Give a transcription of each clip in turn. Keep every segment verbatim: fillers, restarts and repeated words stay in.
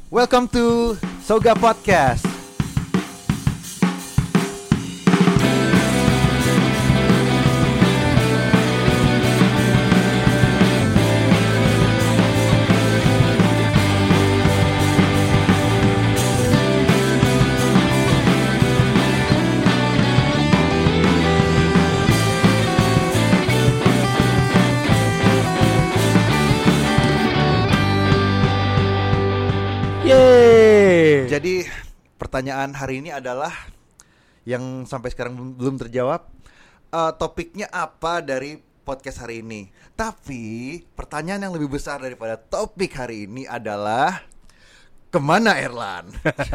Welcome to Soga Podcast. Yeay. Jadi pertanyaan hari ini adalah yang sampai sekarang belum, belum terjawab. Uh, topiknya apa dari podcast hari ini? Tapi pertanyaan yang lebih besar daripada topik hari ini adalah kemana Erlan?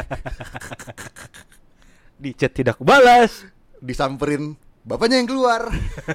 Di chat tidak balas. Disamperin bapaknya yang keluar.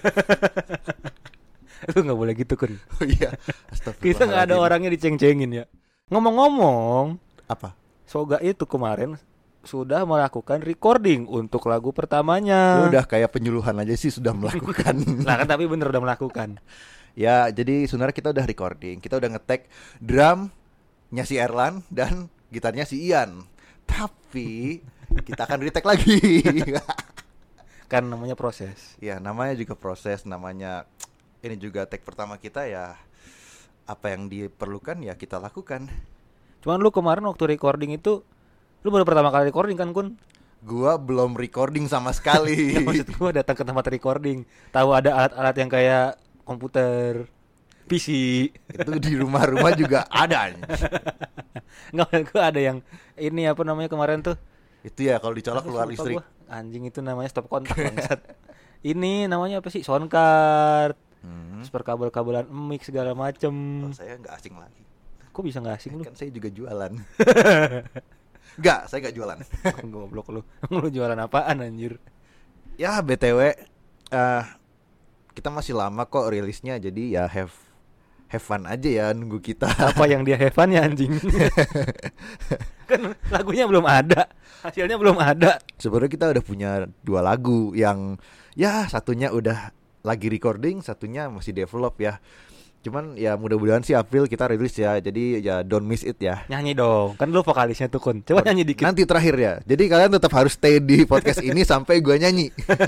Lu nggak boleh gitu kan? Oh iya. Kita nggak ada orangnya diceng-cengin ya. Ngomong-ngomong, apa? Soga itu kemarin sudah melakukan recording untuk lagu pertamanya. Lu udah kayak penyuluhan aja sih sudah melakukan. Lah kan tapi bener udah melakukan. Ya jadi sebenarnya kita udah recording. Kita udah nge-tag drumnya si Erlan dan gitarnya si Ian. Tapi kita akan retake lagi. Kan namanya proses. Ya namanya juga proses. Namanya ini juga tag pertama kita ya. Apa yang diperlukan ya kita lakukan. Cuman lu kemarin waktu recording itu, lu baru pertama kali recording kan Kun? Gua belum recording sama sekali. Ya, maksud gua datang ke tempat recording, tahu ada alat-alat yang kayak komputer, P C. Itu di rumah-rumah juga ada. Nggak, maksud gua ada yang ini apa namanya kemarin tuh? Itu ya kalau dicolok keluar Lupa listrik. gua. Anjing itu namanya stop kontak bangsat. Ini namanya apa sih? Sound card. Hmm. Super kabel-kabelan mic segala macem. Oh, saya nggak asing lagi. Kok bisa nggak asing lu? Kan saya juga jualan. Nggak, saya nggak jualan. Goblok lu. Lu jualan apaan anjir? Ya B T W uh, kita masih lama kok rilisnya. Jadi ya have have fun aja ya nunggu kita. Apa yang dia have fun ya anjing? Kan lagunya belum ada, hasilnya belum ada. Sebenarnya kita udah punya dua lagu yang ya satunya udah lagi recording, satunya masih develop ya. Cuman ya mudah-mudahan sih April kita rilis ya. Jadi ya don't miss it ya. Nyanyi dong, kan lu vokalisnya tuh Kun. Coba nyanyi dikit. Nanti terakhir ya. Jadi kalian tetap harus stay di podcast ini sampai gua nyanyi.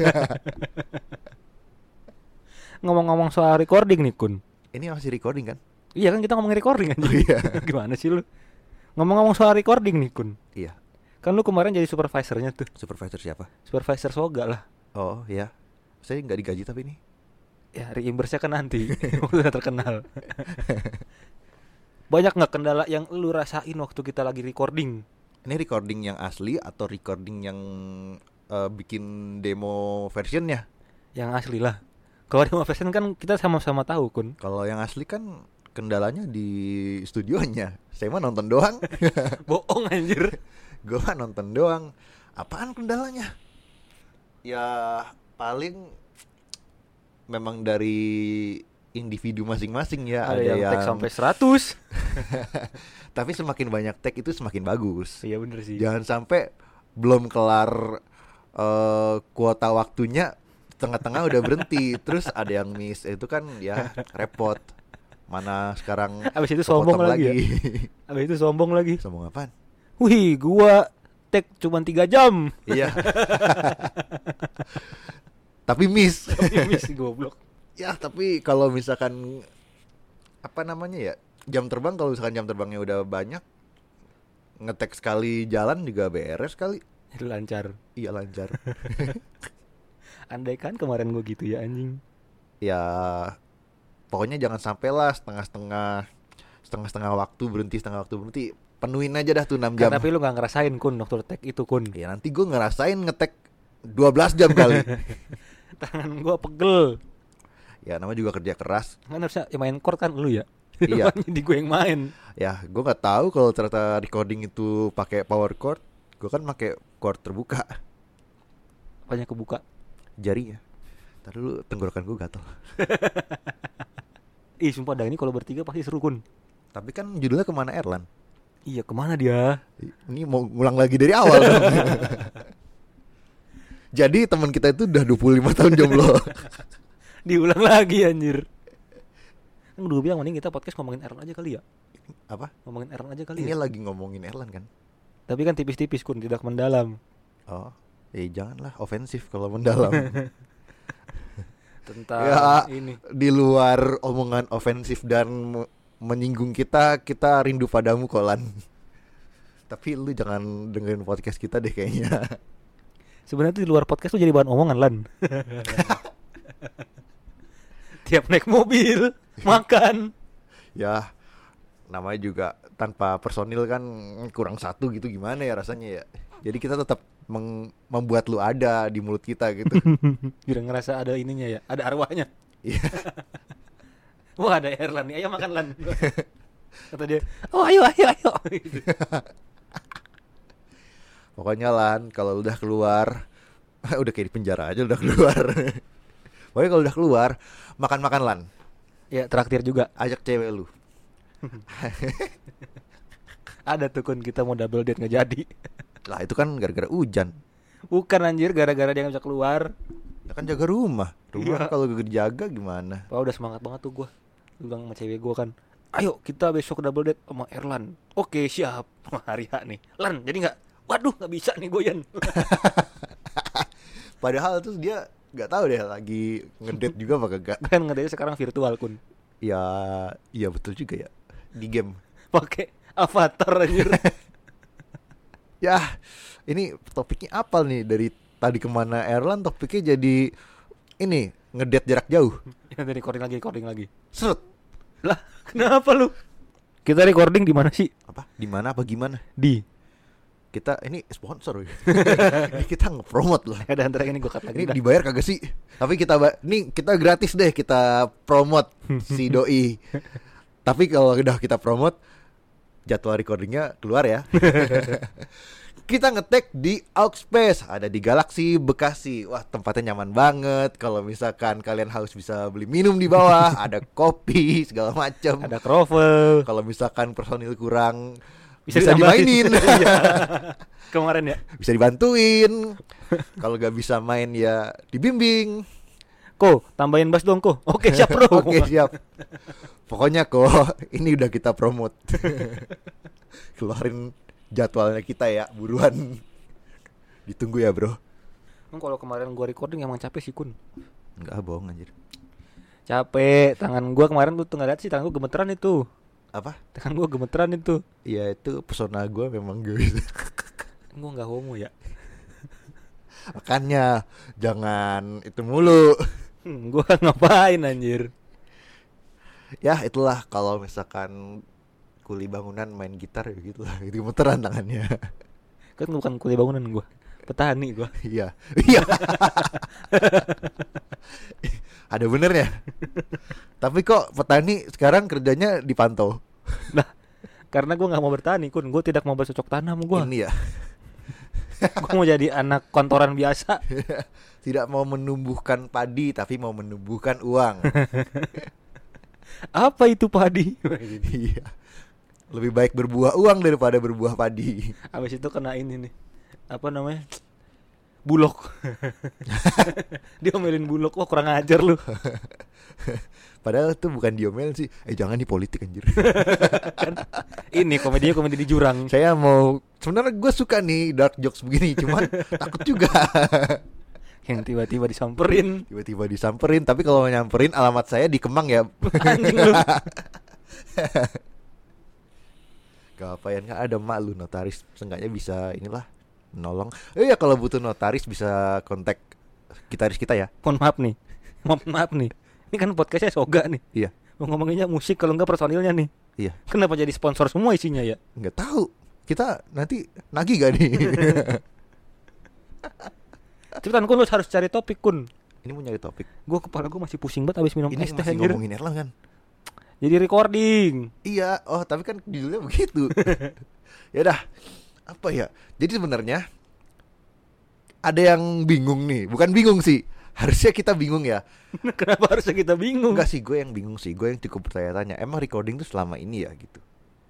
Ngomong-ngomong soal recording nih Kun. Ini masih recording kan? Iya kan kita ngomongin recording aja. Oh, iya. Gimana sih lu? Ngomong-ngomong soal recording nih Kun. Iya. Kan lu kemarin jadi supervisornya tuh. Supervisor siapa? Supervisor Soga lah. Oh iya. Saya nggak digaji tapi ini. Ya reimburse kan nanti. Udah terkenal. Banyak nggak kendala yang lu rasain waktu kita lagi recording? Ini recording yang asli atau recording yang uh, bikin demo versionnya? Yang asli lah. Kalau demo version kan kita sama-sama tahu Kun. Kalau yang asli kan kendalanya di studionya. Saya mah nonton doang. Bohong anjir. Gue mah nonton doang. Apaan kendalanya? Ya paling memang dari individu masing-masing ya. Ada, ada yang, yang tag sampai seratus. Tapi semakin banyak tag itu semakin bagus. Iya bener sih. Jangan sampai belum kelar uh, kuota waktunya tengah-tengah udah berhenti. Terus ada yang miss. Itu kan ya repot. Mana sekarang abis itu sombong lagi, lagi. Ya? Abis itu sombong lagi. Sombong apaan? Wih gua tag cuma tiga jam. Iya. Tapi miss. Tapi miss goblok. Ya tapi kalau misalkan apa namanya ya, jam terbang, kalau misalkan jam terbangnya udah banyak, ngetek sekali jalan juga beres kali. Itu lancar. Iya lancar. Andai kan kemarin gua gitu ya anjing. Ya pokoknya jangan sampai lah setengah-setengah Setengah-setengah waktu berhenti, setengah waktu berhenti. Penuhin aja dah tuh enam jam. Kan, tapi lu gak ngerasain Kun waktu tag itu Kun. Ya nanti gue ngerasain ngetek dua belas jam kali. Tangan gua pegel. Ya namanya juga kerja keras. Kan harusnya ya main chord kan lu ya. Iya. Jadi gue yang main. Ya gue nggak tahu kalau ternyata recording itu pakai power chord. Gue kan pakai chord terbuka. Apanya kebuka? Jarinya. Ntar dulu tenggorokan gue gatel. Ih sumpah dah ini kalau bertiga pasti seru Kun. Tapi kan judulnya Kemana Erlan. Iya kemana dia? Ini mau ngulang lagi dari awal. Jadi teman kita itu udah dua puluh lima tahun jomblo. Diulang lagi anjir. Kan dulu bilang mending kita podcast ngomongin Erlan aja kali ya. Apa? Ngomongin Erlan aja kali Ini ya. lagi ngomongin Erlan kan? Tapi kan tipis-tipis Kun, tidak mendalam. Oh, eh janganlah ofensif kalau mendalam. Tentang Ya, ini. di luar omongan ofensif dan me- menyinggung kita, kita rindu padamu Kolan. Tapi lu jangan dengerin podcast kita deh kayaknya. Sebenarnya tuh di luar podcast tuh jadi bahan omongan Lan. Tiap naik mobil, makan. Ya, namanya juga tanpa personil kan kurang satu gitu, gimana ya rasanya ya. Jadi kita tetap meng- membuat lu ada di mulut kita gitu. Biar ngerasa ada ininya ya, ada arwahnya. Iya. Wah ada Erlan nih, ayo makan Lan. Kata dia, oh ayo ayo ayo. Pokoknya Lan, kalau udah keluar, udah kayak di penjara aja udah keluar. Pokoknya kalau udah keluar, makan-makan Lan. Ya traktir juga. Ajak cewek lu. Ada tuh Kun, kita mau double date nggak jadi. Lah itu kan gara-gara hujan. Bukan anjir, gara-gara dia nggak bisa keluar. Ya kan jaga rumah. Rumah Iya. kalau gak dijaga gimana? Wah udah semangat banget tuh gue. Bilang sama cewek gue kan, ayo kita besok double date sama Erlan. Oke siap. Wah, hari H nih Lan, jadi nggak? Waduh nggak bisa nih goyan. Padahal tuh dia nggak tahu deh lagi ngedate juga apa kagak. Kan ngedate sekarang virtual Kun. Ya, iya betul juga ya. Di game. Pakai avatar anjir. Ya, ini topiknya apa nih dari tadi kemana Erlan topiknya jadi ini ngedate jarak jauh. Ya dari recording lagi, recording lagi. Serut. Lah, kenapa lu? Kita recording di mana sih? Apa? Di mana apa gimana? Di. Kita ini sponsor. Ini kita nge-promote loh. Ada antara ini gue cut lagi Ini dah. dibayar kagak sih? Tapi kita ba- nih kita gratis deh kita promote si doi. Tapi kalau udah kita promote jadwal recordingnya keluar ya. Kita ngetek di Augspace, ada di Galaxy Bekasi. Wah, tempatnya nyaman banget. Kalau misalkan kalian haus bisa beli minum di bawah, ada kopi segala macam. Ada krovel. Kalau misalkan personil kurang Bisa bisa, ditambahin. dimainin. Iya. Kemarin ya. Bisa dibantuin. Kalau gak bisa main ya dibimbing. Ko, tambahin bass dong Ko. Oke siap bro. Oke siap. Pokoknya kok ini udah kita promote. Keluarin jadwalnya kita ya, buruan. Ditunggu ya bro. Emang kalau kemarin gua recording emang capek sih Kun. Enggak bohong anjir. Capek. Tangan gua kemarin tuh nggak lihat sih, tangan gua gemeteran itu. Apa? Tangan gua gemeteran itu. Ya itu pesona gue memang gitu. Gua nggak homo ya. Makanya jangan itu mulu. Hmm, gua ngapain anjir. Ya itulah kalau misalkan kuli bangunan main gitar ya gitu lah. Itu gemeteran tangannya. Kan bukan kuliah bangunan gua. Petani gua. Iya. Iya. Ada benernya. Tapi kok petani sekarang kerjanya dipantau. Nah, karena gua nggak mau bertani Kun. Gua tidak mau bercocok tanam gua. Ini ya. Gua mau jadi anak kantoran biasa. Tidak mau menumbuhkan padi tapi mau menumbuhkan uang. Apa itu padi? Iya. Lebih baik berbuah uang daripada berbuah padi. Habis itu kena ini nih. Apa namanya? Bulog. Dia omelin bulog. Wah kurang ajar lu. Padahal itu bukan diomel sih. Eh jangan di politik anjir. Kan ini komedinya komedi di jurang. Saya mau sebenarnya gue suka nih dark jokes begini, cuman takut juga. Yang tiba-tiba disamperin. Tiba-tiba disamperin, tapi kalau nyamperin alamat saya di Kemang ya. Anjing lu. Gak apa ya, kan ada mak lu notaris, seenggaknya bisa inilah menolong. Eh ya kalau butuh notaris bisa kontak gitaris kita ya. Mohon maaf nih. Mohon maaf nih. Ini kan podcastnya Soga nih. Iya. Mau ngomonginnya musik kalau enggak personilnya nih. Iya. Kenapa jadi sponsor semua isinya ya? Nggak tahu. Kita nanti nagih gak nih? Cepetan Kun, lu harus cari topik Kun. Ini mau nyari topik. Gue kepala gue masih pusing banget abis minum Ini es teh masih anjir. ngomongin Erlang kan? Jadi recording. Iya, oh tapi kan judulnya begitu. Ya dah, apa ya? Jadi sebenarnya ada yang bingung nih, bukan bingung sih. Harusnya kita bingung ya. Kenapa harusnya kita bingung? Enggak sih, gue yang bingung sih. Gue yang cukup bertanya-tanya. Emang recording tuh selama ini ya gitu?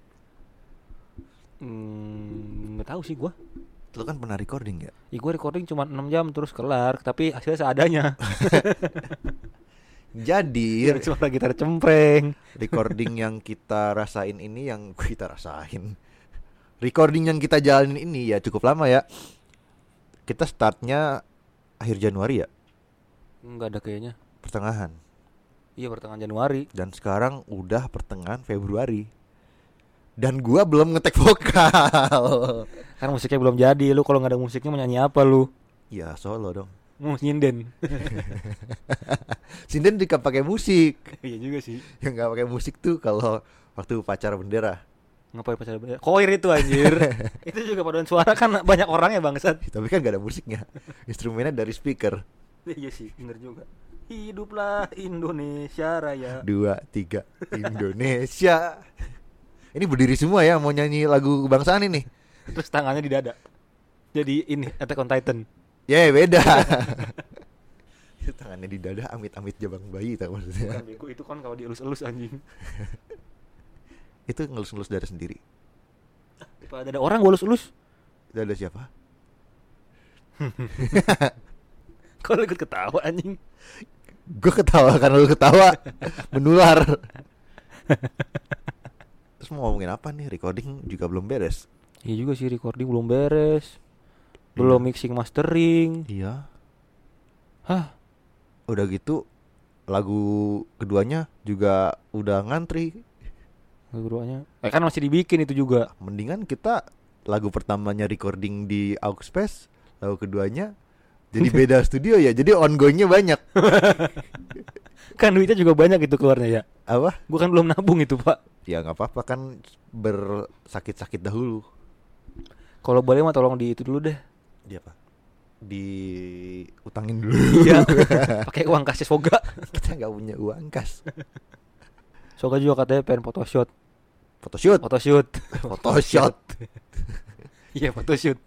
Hmm, nggak tahu sih gue. Lo kan pernah recording ya? Ya gue recording cuma enam jam terus kelar, tapi hasilnya seadanya. Jadi Biar suara gitar cempreng. recording yang kita rasain ini yang kita rasain. Recording yang kita jalanin ini ya cukup lama ya. Kita startnya akhir Januari ya, Enggak ada kayaknya. pertengahan. Iya pertengahan Januari. Dan sekarang udah pertengahan Februari. Dan gua belum ngetek vokal. Karena musiknya belum jadi. Lu kalau nggak ada musiknya mau nyanyi apa lu? Ya solo dong. Mau nyinden. Sinden juga pakai musik. Iya juga sih. Yang nggak pakai musik tuh kalau waktu upacara bendera. Ngapain pacar bendera? Koir itu anjir. Itu juga paduan suara kan banyak orangnya bangsat. Tapi kan gak ada musiknya. Instrumennya dari speaker. Iya sih, bener juga. Hiduplah Indonesia Raya. Dua, tiga, Indonesia. Ini berdiri semua ya mau nyanyi lagu kebangsaan ini. Terus tangannya di dada. Jadi ini Attack on Titan. Ya yeah, beda. Tangannya di dada amit-amit jabang bayi tau maksudnya. Bukan bego, itu kan kalau dielus-elus anjing. Itu ngelus-ngelus dada sendiri. Pada ada orang gue elus-elus. Dada siapa? Kok lu ikut ketawa anjing? Gue ketawa karena lu ketawa. Menular. Terus mau ngomongin apa nih? Recording juga belum beres. Iya juga sih, recording belum beres. Belum Iya. mixing mastering. Iya. Hah? Udah gitu lagu keduanya juga udah ngantri. Keduanya. Eh kan masih dibikin itu juga. Mendingan kita lagu pertamanya recording di Auxpace, lagu keduanya jadi beda studio ya. Jadi ongoingnya banyak. Kan duitnya juga banyak itu keluarnya ya. Apa? Gua kan belum nabung itu, Pak. Ya nggak apa-apa kan bersakit-sakit dahulu. Kalau boleh mah tolong di itu dulu deh. Dia apa? Diutangin dulu. Iya. Pakai uang kas Soga. Kita nggak punya uang kas. Soga juga katanya pengen photoshoot. Photoshoot. Photoshoot. Photoshoot. Iya, photoshoot.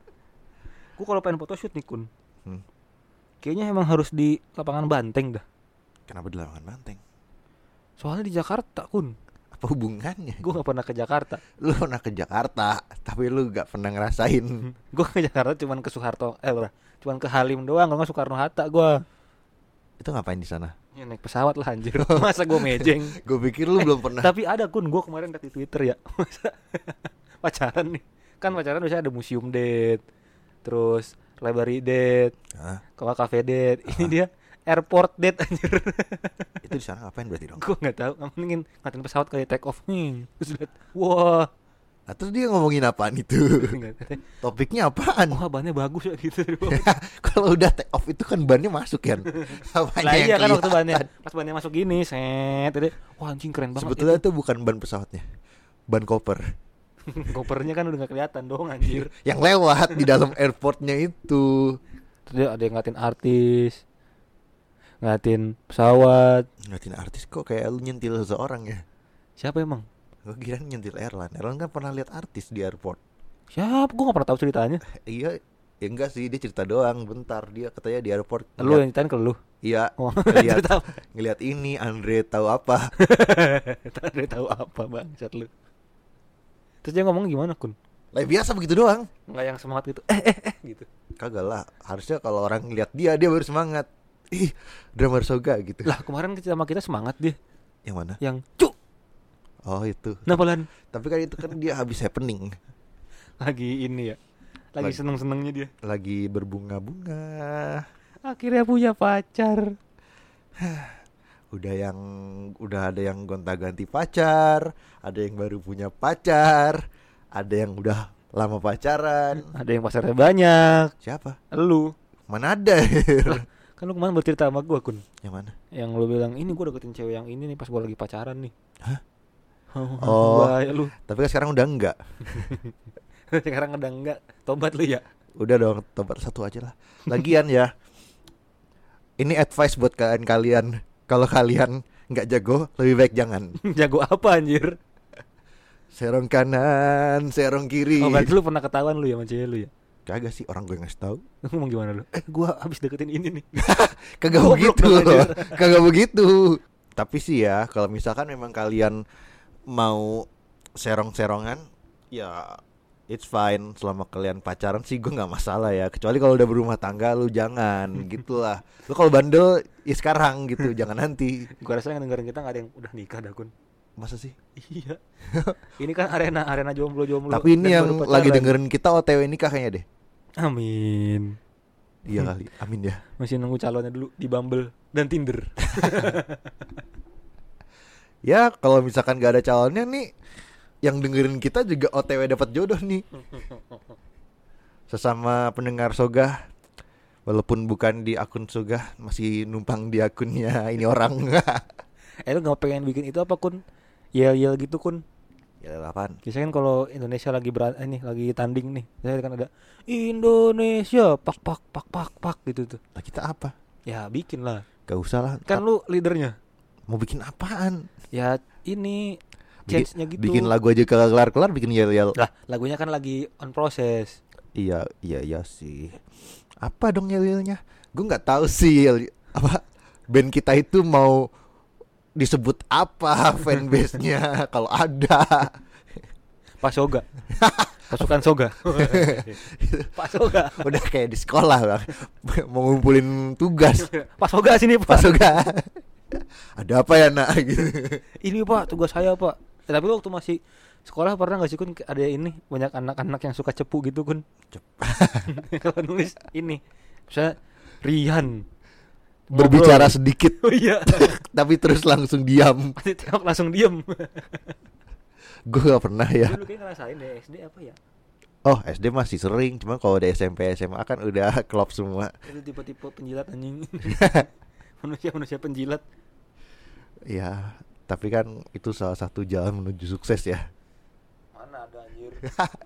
Gua kalau pengen photoshoot nih, Kun. Hmm. Kayaknya emang harus di lapangan Banteng dah. Kenapa di lapangan Banteng? Soalnya di Jakarta, Kun. Apa hubungannya? Gue gak pernah ke Jakarta. Lu pernah ke Jakarta, tapi lu nggak pernah ngerasain. Gue ke Jakarta cuman ke Soeharto, eh berah, cuman ke Halim doang, kalau nggak Soekarno Hatta gue. Itu ngapain di sana? Ya, naik pesawat lah anjir. Masa gue mejeng. Gue pikir lu Eh, belum pernah. Tapi ada, Kun, gue kemarin liat di Twitter ya. Masa pacaran nih. Kan pacaran biasanya ada museum date, terus library date, Hah? kalau cafe date. Ini dia airport date anjir. Itu di sana ngapain berarti dong? Gue nggak tahu, mendingin ngatain pesawat kayak take off nih. Terus liat, wah. Nah, terus dia ngomongin apaan itu? Topiknya apaan? Wah, bannya bagus ya gitu. Kalau udah take off itu kan bannya masuk kan? Apanya Lah yang iya kan waktu kelihatan? bannya, pas bannya masuk gini, set, tadi, wah anjing keren banget. Sebetulnya itu bukan ban pesawatnya, ban koper. itu. Kopernya kan udah gak kelihatan dong anjir. Yang lewat di dalam airportnya itu. Terus dia ada yang ngatin artis, ngatin pesawat. Ngeliatin artis kok kayak lu nyentil seseorang ya? Siapa emang? Gue kira nyentil Erlan. Erlan kan pernah lihat artis di airport. Siapa? Gue gak pernah tahu ceritanya. Iya, ya enggak sih, dia cerita doang. Bentar, dia katanya di airport. Lu yang ceritain ke lu. Iya, Oh, ngeliat, tahu. ngeliat ini Andre tahu apa? Tadi tahu apa bang, chat lu. Terus dia ngomong gimana, Kun? Lah biasa begitu doang. Nggak yang semangat gitu. Eh eh eh gitu. Kagak lah, harusnya kalau orang ngeliat dia, dia baru semangat. Ih, drama Soga gitu. Lah kemarin sama kita semangat dia. Yang mana? Yang cuk. Oh itu. Kenapa Lan? Tapi kan itu kan dia habis happening. Lagi ini ya. Lagi Lagi- seneng-senengnya dia. Lagi berbunga-bunga. Akhirnya punya pacar. Udah yang udah ada yang gonta-ganti pacar, ada yang baru punya pacar, ada yang udah lama pacaran. Ada yang pacarnya banyak. Siapa? Lu. Mana ada? Kan lu kemarin bercerita sama gua, Kun. Yang mana? Yang lu bilang, ini gua deketin cewek yang ini nih pas gua lagi pacaran nih. Hah? Oh, bahaya lu. Tapi kan sekarang udah enggak. Sekarang udah enggak. Tobat lu ya. Udah dong, tobat satu aja lah. Lagian ya, ini advice buat kalian-kalian. Kalau kalian nggak jago, lebih baik jangan. Jago apa anjir? Serong kanan, serong kiri. Oh, berarti lu pernah ketahuan lu ya sama cewek lu ya? Kagak sih, orang gue ngasih tahu. Lu ngomong gimana lu? Eh, gua habis deketin ini nih. Kagak Goblok begitu. dong, anjir. Kagak begitu. Tapi sih ya, kalau misalkan memang kalian mau serong-serongan, ya it's fine selama kalian pacaran sih gue nggak masalah ya. Kecuali kalau udah berumah tangga lu jangan gitulah. Lu kalau bandel ya sekarang gitu, jangan nanti. Gua rasa yang dengerin kita nggak ada yang udah nikah dah Kun. Masa sih? Iya. Ini kan arena arena jomblo-jomblo. Tapi ini dan yang baru lagi pacaran. dengerin kita O T W nikah kayaknya deh. Amin. Iya kali, amin ya. Masih nunggu calonnya dulu di Bumble dan Tinder. Ya kalau misalkan gak ada calonnya nih, yang dengerin kita juga O T W dapat jodoh nih. Sesama pendengar Sogah, walaupun bukan di akun Sogah, masih numpang di akunnya ini orang. Eh lu nggak pengen bikin itu apa Kun? Yel-yel gitu Kun. Ya apaan? Biasanya kan kalau Indonesia lagi beran eh, nih lagi tanding nih, biasanya kan ada Indonesia pak pak pak pak pak gitu tuh. Nah kita apa? Ya bikin lah. Gak usah lah. Kan lu leadernya. Mau bikin apaan? Ya ini Bikin, chance-nya gitu. bikin lagu aja kagak kelar-kelar, bikin yel-yel. Lah, lagunya kan lagi on process. Iya, iya, iya sih. Apa dong yel-yelnya? Gue nggak tahu sih yel, apa band kita itu mau disebut apa fanbase-nya kalau ada. Pak Soga. Pasukan Soga. Pak Soga. Udah kayak di sekolah bang, mau ngumpulin tugas. Pak Soga sini Pak. Pas juga ada apa ya nak gitu. Ini Pak tugas saya Pak. Eh, tapi lu waktu masih sekolah pernah gak sih Kun ada ini banyak anak-anak yang suka cepu gitu Kun? Kalau nulis ini misalnya Rian Berbicara ngobrol. sedikit Oh iya. tapi terus langsung diam. Pasti tengok langsung diem. Gue gak pernah ya. Dulu kayak ngerasain deh S D apa ya? Oh S D masih sering, cuman kalau udah S M P S M A kan udah klop semua. Itu tipe-tipe penjilat anjing. Manusia-manusia penjilat. Ya, tapi kan itu salah satu jalan menuju sukses ya. Mana ada anjir.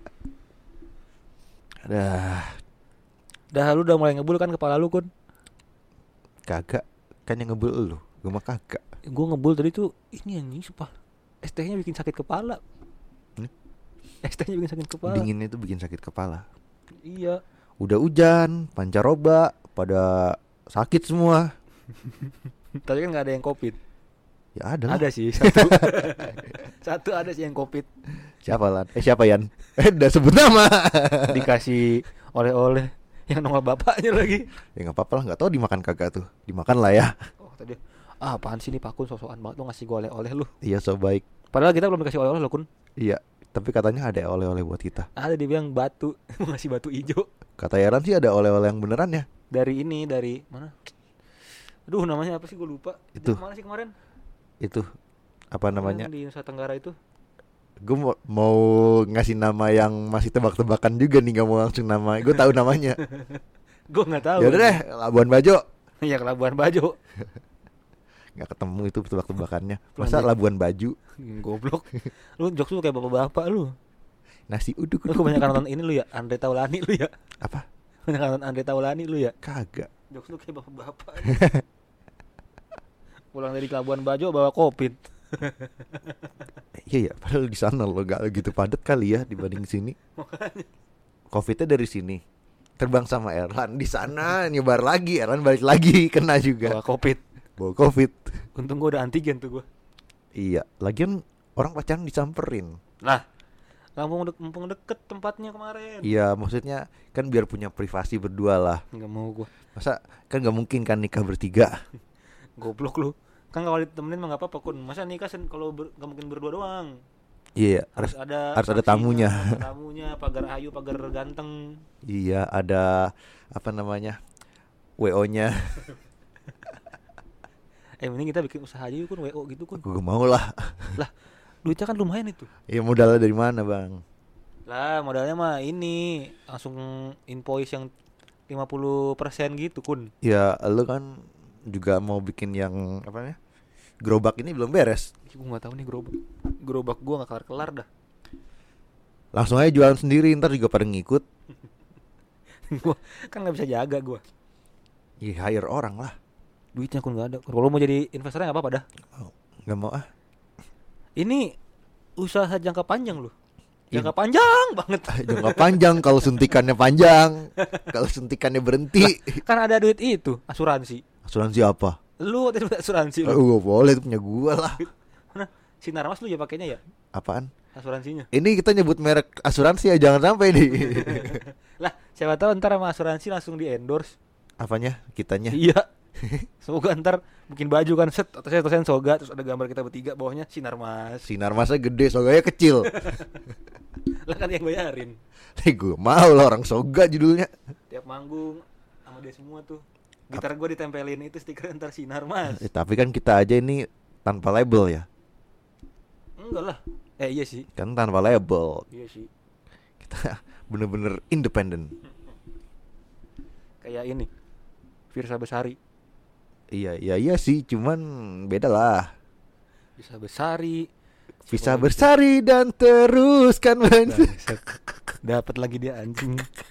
Dah, Dah lu udah mulai ngebul kan kepala lu Kun? kagak. Kan yang ngebul lu, gue mah kagak. Gue ngebul tadi tuh ini anjing sumpah. Es tehnya bikin sakit kepala. Hmm? Es tehnya bikin sakit kepala. Dingin itu bikin sakit kepala. Iya. Udah hujan, pancaroba, pada sakit semua. Tapi kan gak ada yang covid. Ya ada lah. Ada sih satu. Satu ada sih yang covid. Siapa Lan? Eh siapa Yan? Eh udah sebut nama. Dikasih oleh-oleh yang nongol bapaknya lagi. Ya gak apa-apa lah, gak tahu dimakan kagak tuh. Dimakan lah ya. Oh tadi ah apaan sih nih Pak Kun, sosokan banget lu ngasih gue oleh-oleh lu. Iya so baik. Padahal kita belum dikasih oleh-oleh loh Kun. Iya, tapi katanya ada oleh-oleh buat kita. Ada dia bilang batu. Mau ngasih batu hijau. Kata Yaran sih ada oleh-oleh yang beneran ya. Dari ini dari mana? Aduh namanya apa sih gue lupa. Itu. Dari mana sih kemarin? Itu apa namanya? Yang di Nusa Tenggara itu. Gue mau, mau ngasih nama yang masih tebak-tebakan juga nih, gak mau langsung nama. Gue tahu namanya. Gue nggak tahu. Ya udah deh, Labuan Bajo. Iya ke Labuan Bajo. Nggak ketemu itu tebak-tebakannya. Masa Labuan Baju? Goblok. Lu jokes lu kayak bapak-bapak lu. Nasi uduk. Lu kebanyakan nonton ini lu ya, Andre Taulani lu ya. Apa? Kebanyakan nonton Andre Taulani lu ya. Kagak. Jokes lu kayak bapak-bapak. Pulang dari Labuan Bajo bawa covid. Iya ya, padahal di sana lo gak gitu padat kali ya dibanding sini. Covidnya dari sini. Terbang sama Erlan di sana nyebar lagi, Erlan balik lagi kena juga. Bawa covid. Bawa Covid. Untung gua udah antigen tuh gua. Iya, lagian orang pacaran disamperin. Nah, Lampung de- mumpung deket tempatnya kemarin. Iya, maksudnya kan biar punya privasi berdua lah. Enggak mau gua. Masa kan gak mungkin kan nikah bertiga. Goblok lu. Kan kalau ditemenin mah enggak apa-apa Kun. Masa nikah sen- kalau ber- gak mungkin berdua doang. Iya, Harus harus ada harus ada saksinya, tamunya. ada tamunya, pagar ayu, pagar ganteng. Iya, ada apa namanya? W O-nya. Eh mending kita bikin usaha aja yuk Kun, W O gitu Kun. Gue mau lah. Lah, duitnya kan lumayan itu. Iya, modalnya dari mana, Bang? Lah, modalnya mah ini langsung invoice yang lima puluh persen gitu Kun. Ya, lu kan juga mau bikin yang apa namanya? Gerobak ini belum beres. Ih, gua enggak tahu nih gerobak. Gerobak gua enggak kelar-kelar dah. Langsung aja jualan sendiri, ntar juga pada ngikut. Gua kan enggak bisa jaga gua. Ya hire orang lah. Duitnya Kun enggak ada. Kalau mau jadi investornya enggak apa-apa dah. Oh, nggak mau ah. Ini usaha jangka panjang loh. Jangka panjang banget. Jangka panjang kalau suntikannya panjang. Kalau suntikannya berhenti. Kan ada duit itu, asuransi. Asuransi apa? Lu ada duit asuransi lu. Oh, gak boleh, itu punya gua lah. Nah, Sinarmas lu ya pakainya ya? Apaan? asuransinya. Ini kita nyebut merek asuransi ya, jangan sampai nih. Lah, siapa tahu ntar sama asuransi langsung di endorse. Apanya? Kitanya. Iya. Semoga ntar bikin baju kan set atasnya tulisan Soga, terus ada gambar kita bertiga, bawahnya Sinar Mas. Sinar Masnya gede, Soganya kecil. Lah kan yang bayarin. Nih gue mau lah orang Soga judulnya. Tiap manggung sama dia semua tuh. Gitar gue ditempelin itu stiker ntar Sinar Mas. Eh, tapi kan kita aja ini tanpa label ya. Enggak lah. Eh iya sih. Kan tanpa label. Iya sih. Kita bener-bener independen. Kayak ini Firsa Besari. Iya, iya, iya sih, cuman beda lah. Bisa Besari. Bisa bersari dan teruskan men. Dapat lagi dia anjing.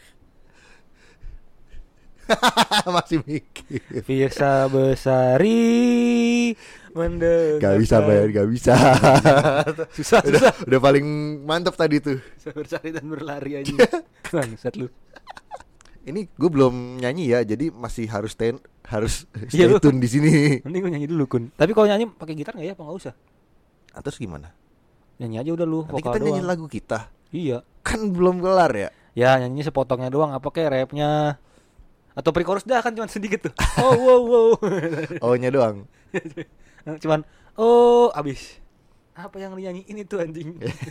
Masih mikir. Firsa Besari mendengarkan. Gak bisa bayar, gak bisa. Susah, udah, susah. udah paling mantap tadi tuh. Bisa bersari dan berlari aja. Bangsat lu. Ini gue belum nyanyi ya, jadi masih harus stay harus Iya, stay lu. tune di sini. Mending gue nyanyi dulu Kun. Tapi kalau nyanyi pakai gitar nggak ya? Apa nggak usah? Atau gimana? Nyanyi aja udah lu. Nanti Vokal kita nyanyi doang. lagu kita. Iya. Kan belum kelar ya. Ya nyanyinya sepotongnya doang. Apa kayak rapnya? Atau pre-chorus dah kan cuma sedikit tuh. Oh wow wow. Oh-nya doang. Cuman oh abis. Apa yang dinyanyiin itu anjing?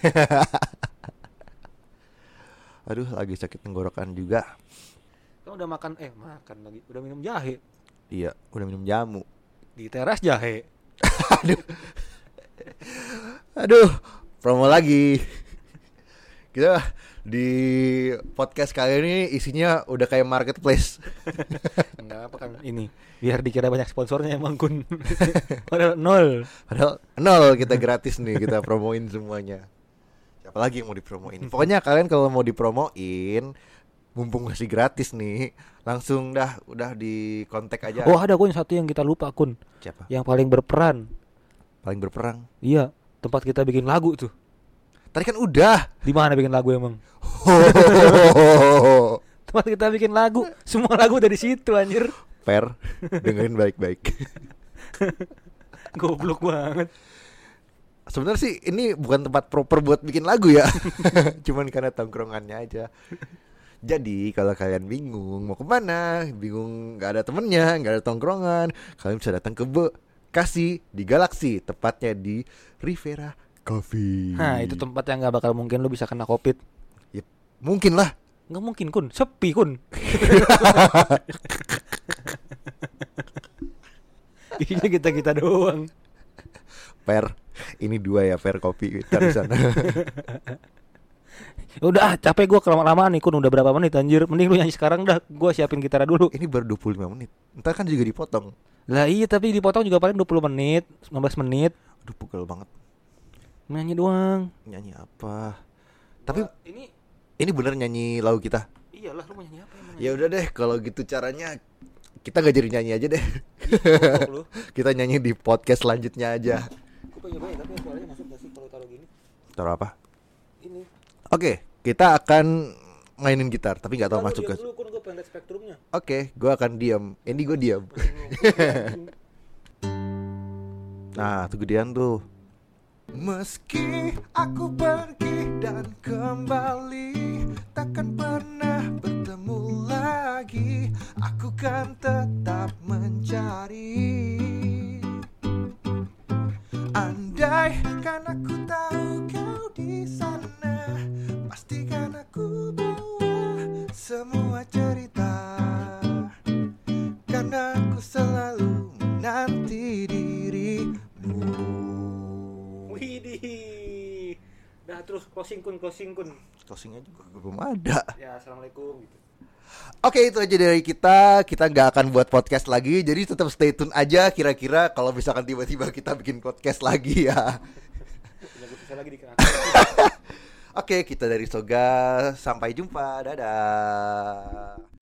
Aduh, lagi sakit tenggorokan juga. Kamu udah makan eh makan lagi. Udah minum jahe. Iya, udah minum jamu. Di teras jahe. Aduh. Aduh, promo lagi. Kita di podcast kali ini isinya udah kayak marketplace. Enggak apa kan ini. Biar dikira banyak sponsornya emang Kun. Padahal nol. Padahal nol, kita gratis nih, kita promoin semuanya. Siapa lagi yang mau dipromoin? Pokoknya kalian kalau mau dipromoin, mumpung masih gratis nih, langsung dah udah di kontak aja. Oh ada Kun satu yang kita lupa Kun. Siapa? Yang paling berperan. Paling berperang. Iya, tempat kita bikin lagu tuh. Tadi kan udah. Di mana bikin lagu emang? Oh. Tempat kita bikin lagu, semua lagu dari situ anjir. Per, dengerin baik-baik. Goblok banget. Sebenarnya sih ini bukan tempat proper buat bikin lagu ya. Cuman karena tongkrongannya aja. Jadi kalau kalian bingung mau kemana, bingung nggak ada temennya, nggak ada tongkrongan, kalian bisa datang ke Bekasi di Galaxy, tepatnya di Rivera Coffee. Nah itu tempat yang nggak bakal mungkin lu bisa kena covid. Yep, mungkin lah. Nggak mungkin Kun, sepi Kun. Isinya kita kita doang. Per, ini dua ya per kopi kita di sana. Udah ah, capek gue kelama-lamaan nih Kun, udah berapa menit anjir. Mending lu nyanyi sekarang dah, gue siapin gitar dulu. Ini baru dua puluh lima menit. Ntar kan juga dipotong. Lah iya tapi dipotong juga paling dua puluh menit, sembilan belas menit. Aduh, pegel banget. Nyanyi doang. Nyanyi apa? Tapi Wah, ini ini bener nyanyi lagu kita. iyalah lu mau nyanyi apa emang? Ya udah deh, kalau gitu caranya kita gak jadi nyanyi aja deh. Lu. Kita nyanyi di podcast selanjutnya aja. Gue pengen nyobain tapi suaranya masuk gak sih kalau taruh gini? Taruh apa? Ini. Oke, kita akan mainin gitar, tapi nggak tahu Taruh masuk diam ke. dulu Kun, gue pengen liat spektrumnya. Oke, gue akan diam. Ini gue diam. Nah, tuh gedean tuh. Meski aku pergi dan kembali, takkan pernah bertemu lagi. Aku kan tetap mencari. Andai kan aku tahu kau di sana, pastikan aku bawa semua cerita. Karena aku selalu menanti dirimu. Widih. Dah terus closing Kun, closing Kun. Closingnya juga belum ada. Ya assalamualaikum gitu. Oke, itu aja dari kita. Kita nggak akan buat podcast lagi, jadi tetap stay tune aja. Kira-kira kalau misalkan tiba-tiba kita bikin podcast lagi ya. Lagi di Oke, kita dari Soga. Sampai jumpa. Dadah.